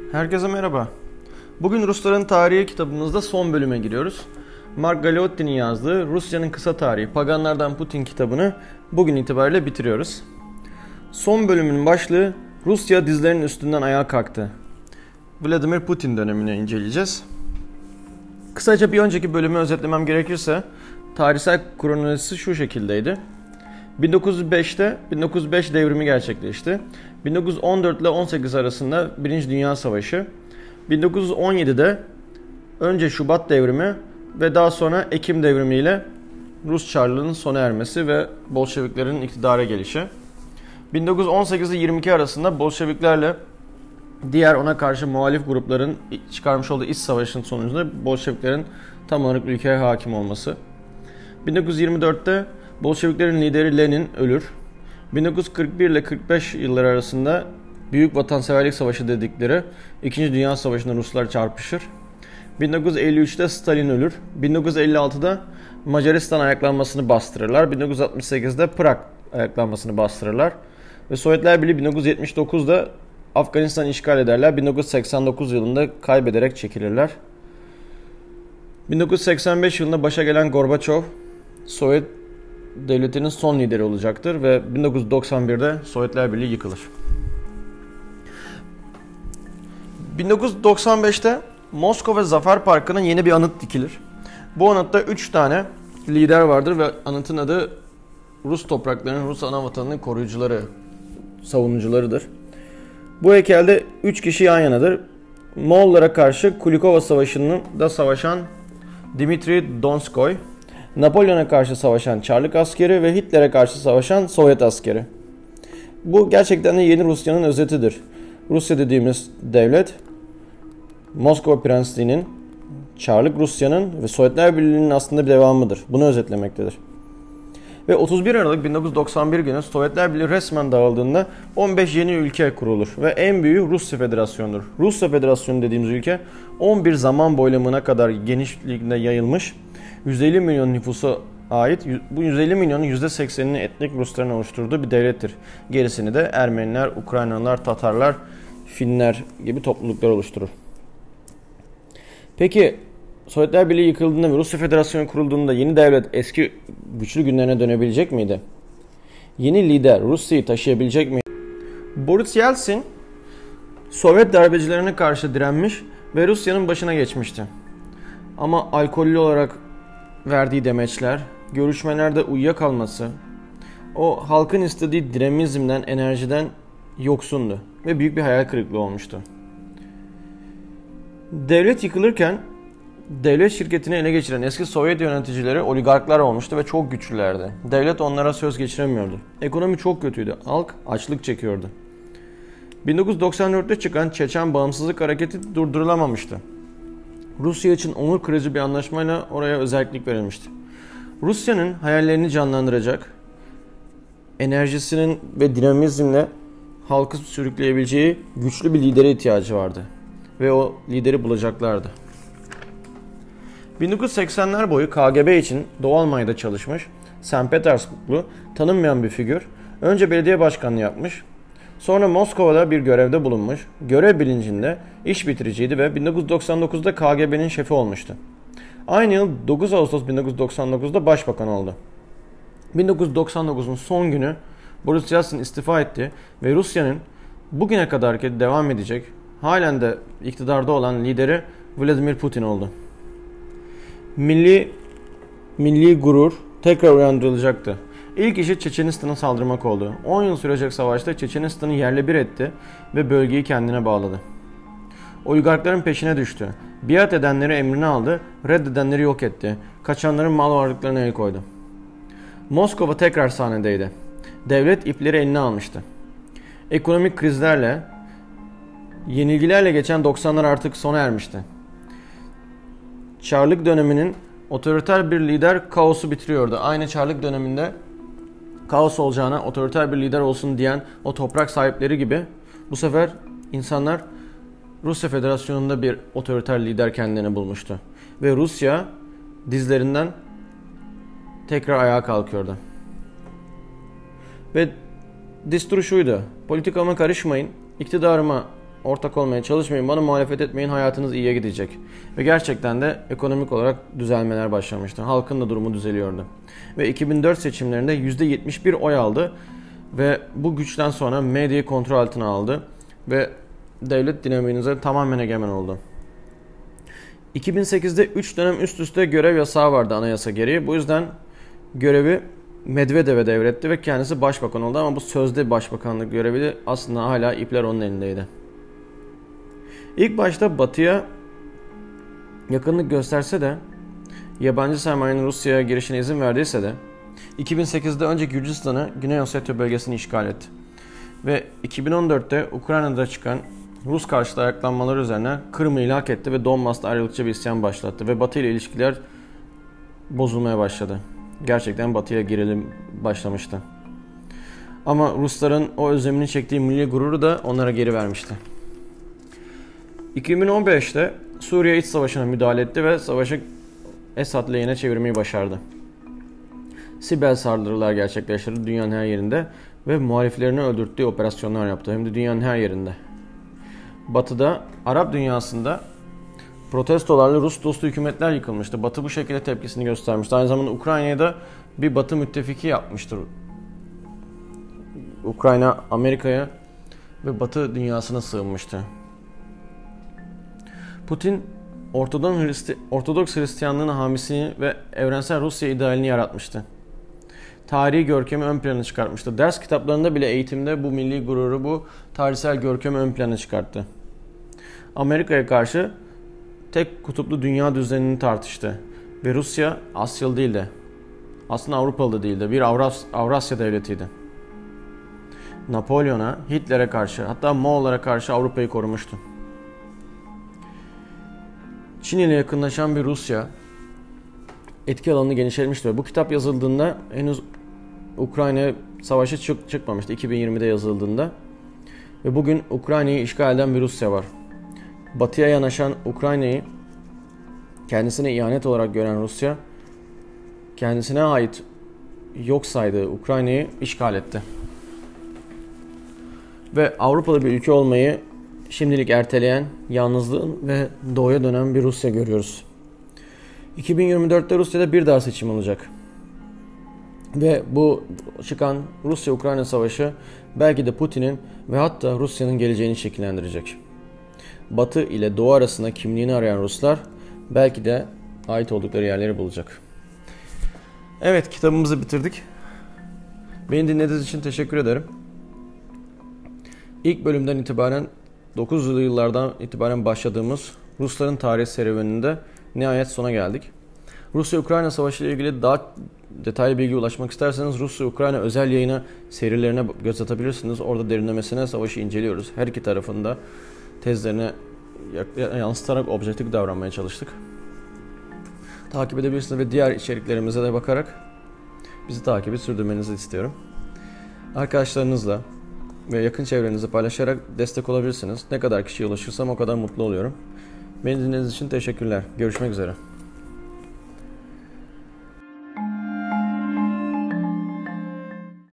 Herkese merhaba. Bugün Rusların Tarihi kitabımızda son bölüme giriyoruz. Mark Galeotti'nin yazdığı Rusya'nın Kısa Tarihi Paganlardan Putin kitabını bugün itibariyle bitiriyoruz. Son bölümün başlığı Rusya dizlerinin üstünden ayağa kalktı. Vladimir Putin dönemini inceleyeceğiz. Kısaca bir önceki bölümü özetlemem gerekirse tarihsel kronolojisi şu şekildeydi. 1905'te 1905 devrimi gerçekleşti. 1914 ile 18 arasında Birinci Dünya Savaşı. 1917'de önce Şubat devrimi ve daha sonra Ekim devrimi ile Rus Çarlığı'nın sona ermesi ve Bolşeviklerin iktidara gelişi. 1918 ile 22 arasında Bolşeviklerle diğer ona karşı muhalif grupların çıkarmış olduğu iç savaşın sonucunda Bolşeviklerin tam olarak ülkeye hakim olması. 1924'te Bolşeviklerin lideri Lenin ölür. 1941 ile 45 yılları arasında Büyük Vatanseverlik Savaşı dedikleri İkinci Dünya Savaşı'nda Ruslar çarpışır. 1953'te Stalin ölür. 1956'da Macaristan ayaklanmasını bastırırlar. 1968'de Prag ayaklanmasını bastırırlar. Ve Sovyetler Birliği 1979'da Afganistan'ı işgal ederler. 1989 yılında kaybederek çekilirler. 1985 yılında başa gelen Gorbaçov, Sovyet devletinin son lideri olacaktır ve 1991'de Sovyetler Birliği yıkılır. 1995'te Moskova Zafer Parkı'nın yeni bir anıt dikilir. Bu anıtta 3 tane lider vardır ve anıtın adı Rus topraklarının, Rus anavatanının koruyucuları, savunucularıdır. Bu heykelde 3 kişi yan yanadır. Moğollara karşı Kulikova Savaşı'nda savaşan Dmitri Donskoy, Napolyon'a karşı savaşan Çarlık askeri ve Hitler'e karşı savaşan Sovyet askeri. Bu gerçekten de yeni Rusya'nın özetidir. Rusya dediğimiz devlet, Moskova Prensliği'nin, Çarlık Rusya'nın ve Sovyetler Birliği'nin aslında bir devamıdır. Bunu özetlemektedir. Ve 31 Aralık 1991 günü Sovyetler Birliği resmen dağıldığında 15 yeni ülke kurulur ve en büyüğü Rusya Federasyonu'dur. Rusya Federasyonu dediğimiz ülke 11 zaman boylamına kadar genişliğinde yayılmış 150 milyon nüfusa ait, bu 150 milyonun %80'ini etnik Rusların oluşturduğu bir devlettir. Gerisini de Ermeniler, Ukraynalılar, Tatarlar, Finler gibi topluluklar oluşturur. Peki Sovyetler Birliği yıkıldığında ve Rusya Federasyonu kurulduğunda yeni devlet eski güçlü günlerine dönebilecek miydi? Yeni lider Rusya'yı taşıyabilecek miydi? Boris Yeltsin Sovyet darbecilerine karşı direnmiş ve Rusya'nın başına geçmişti. Ama alkollü olarak verdiği demeçler, görüşmelerde uyuyakalması, o halkın istediği dinamizmden, enerjiden yoksundu ve büyük bir hayal kırıklığı olmuştu. Devlet yıkılırken devlet şirketini ele geçiren eski Sovyet yöneticileri oligarklar olmuştu ve çok güçlülerdi. Devlet onlara söz geçiremiyordu. Ekonomi çok kötüydü. Halk açlık çekiyordu. 1994'te çıkan Çeçen Bağımsızlık Hareketi durdurulamamıştı. Rusya için onur kırıcı bir anlaşmayla oraya özellik verilmişti. Rusya'nın hayallerini canlandıracak, enerjisinin ve dinamizmle halkı sürükleyebileceği güçlü bir lidere ihtiyacı vardı. Ve o lideri bulacaklardı. 1980'ler boyu KGB için Doğu Almanya'da çalışmış, St. Petersburglu tanınmayan bir figür, önce belediye başkanlığı yapmış, sonra Moskova'da bir görevde bulunmuş, görev bilincinde iş bitiriciydi ve 1999'da KGB'nin şefi olmuştu. Aynı yıl 9 Ağustos 1999'da başbakan oldu. 1999'un son günü Boris Yeltsin istifa etti ve Rusya'nın bugüne kadarki devam edecek, halen de iktidarda olan lideri Vladimir Putin oldu. Milli gurur tekrar uyandırılacaktı. İlk işi Çeçenistan'a saldırmak oldu. 10 yıl sürecek savaşta Çeçenistan'ı yerle bir etti ve bölgeyi kendine bağladı. Oligarkların peşine düştü. Biat edenleri emrine aldı, reddedenleri yok etti. Kaçanların mal varlıklarına el koydu. Moskova tekrar sahnedeydi. Devlet ipleri eline almıştı. Ekonomik krizlerle, yenilgilerle geçen 90'lar artık sona ermişti. Çarlık döneminin otoriter bir lider kaosu bitiriyordu. Aynı Çarlık döneminde kaos olacağına otoriter bir lider olsun diyen o toprak sahipleri gibi bu sefer insanlar Rusya Federasyonu'nda bir otoriter lider kendini bulmuştu. Ve Rusya dizlerinden tekrar ayağa kalkıyordu. Ve disturu şuydu: politikama karışmayın, iktidarıma ortak olmaya çalışmayın, bana muhalefet etmeyin, hayatınız iyiye gidecek. Ve gerçekten de ekonomik olarak düzelmeler başlamıştı. Halkın da durumu düzeliyordu. Ve 2004 seçimlerinde %71 oy aldı ve bu güçten sonra medyayı kontrol altına aldı ve devlet dinamiğinize tamamen egemen oldu. 2008'de 3 dönem üst üste görev yasağı vardı anayasa gereği. Bu yüzden görevi Medvedev'e devretti ve kendisi başbakan oldu ama bu sözde başbakanlık görevi de aslında hala ipler onun elindeydi. İlk başta Batı'ya yakınlık gösterse de, yabancı sermayenin Rusya'ya girişine izin verdiyse de 2008'de önce Gürcistan'ı, Güney Ossetya bölgesini işgal etti. Ve 2014'te Ukrayna'da çıkan Rus karşıtı ayaklanmalar üzerine Kırım'ı ilhak etti ve Donbas'ta ayrılıkçı bir isyan başlattı ve Batı ile ilişkiler bozulmaya başladı. Gerçekten Batı'ya gerilim başlamıştı. Ama Rusların o özlemini çektiği milli gururu da onlara geri vermişti. 2015'te Suriye iç savaşına müdahale etti ve savaşı Esad lehine çevirmeyi başardı. Siber saldırılar gerçekleştirdi dünyanın her yerinde ve muhaliflerini öldürttüğü operasyonlar yaptı, hem de dünyanın her yerinde. Batı'da, Arap dünyasında protestolarla Rus dostu hükümetler yıkılmıştı. Batı bu şekilde tepkisini göstermişti. Aynı zamanda Ukrayna'ya da bir Batı müttefiki yapmıştır. Ukrayna Amerika'ya ve Batı dünyasına sığınmıştı. Putin Ortodoks Hristiyanlığın hamisini ve evrensel Rusya idealini yaratmıştı. Tarihi görkemi ön plana çıkartmıştı. Ders kitaplarında bile, eğitimde bu milli gururu, bu tarihsel görkemi ön plana çıkarttı. Amerika'ya karşı tek kutuplu dünya düzenini tartıştı. Ve Rusya Asyalı değildi. Aslında Avrupalı da değildi. Bir Avrasya devletiydi. Napolyon'a, Hitler'e karşı, hatta Moğollara karşı Avrupa'yı korumuştu. Çin ile yakınlaşan bir Rusya etki alanını genişletmişti. Bu kitap yazıldığında henüz Ukrayna savaşı çıkmamıştı. 2020'de yazıldığında. Ve bugün Ukrayna'yı işgal eden bir Rusya var. Batıya yanaşan Ukrayna'yı kendisine ihanet olarak gören Rusya, kendisine ait yok saydığı Ukrayna'yı işgal etti. Ve Avrupalı bir ülke olmayı şimdilik erteleyen, yalnızlığın ve doğuya dönen bir Rusya görüyoruz. 2024'te Rusya'da bir daha seçim olacak. Ve bu çıkan Rusya-Ukrayna savaşı belki de Putin'in ve hatta Rusya'nın geleceğini şekillendirecek. Batı ile Doğu arasında kimliğini arayan Ruslar belki de ait oldukları yerleri bulacak. Evet, kitabımızı bitirdik. Beni dinlediğiniz için teşekkür ederim. İlk bölümden itibaren 900'lü yıllardan itibaren başladığımız Rusların tarih serüveninde nihayet sona geldik. Rusya-Ukrayna Savaşı ile ilgili daha detaylı bilgi ulaşmak isterseniz Rusya-Ukrayna özel yayına serilerine göz atabilirsiniz. Orada derinlemesine savaşı inceliyoruz. Her iki tarafında tezlerine yansıtarak objektif davranmaya çalıştık. Takip edebilirsiniz ve diğer içeriklerimize de bakarak bizi takibi sürdürmenizi istiyorum. Arkadaşlarınızla ve yakın çevrenizle paylaşarak destek olabilirsiniz. Ne kadar kişiye ulaşırsam o kadar mutlu oluyorum. Beni dinlediğiniz için teşekkürler. Görüşmek üzere.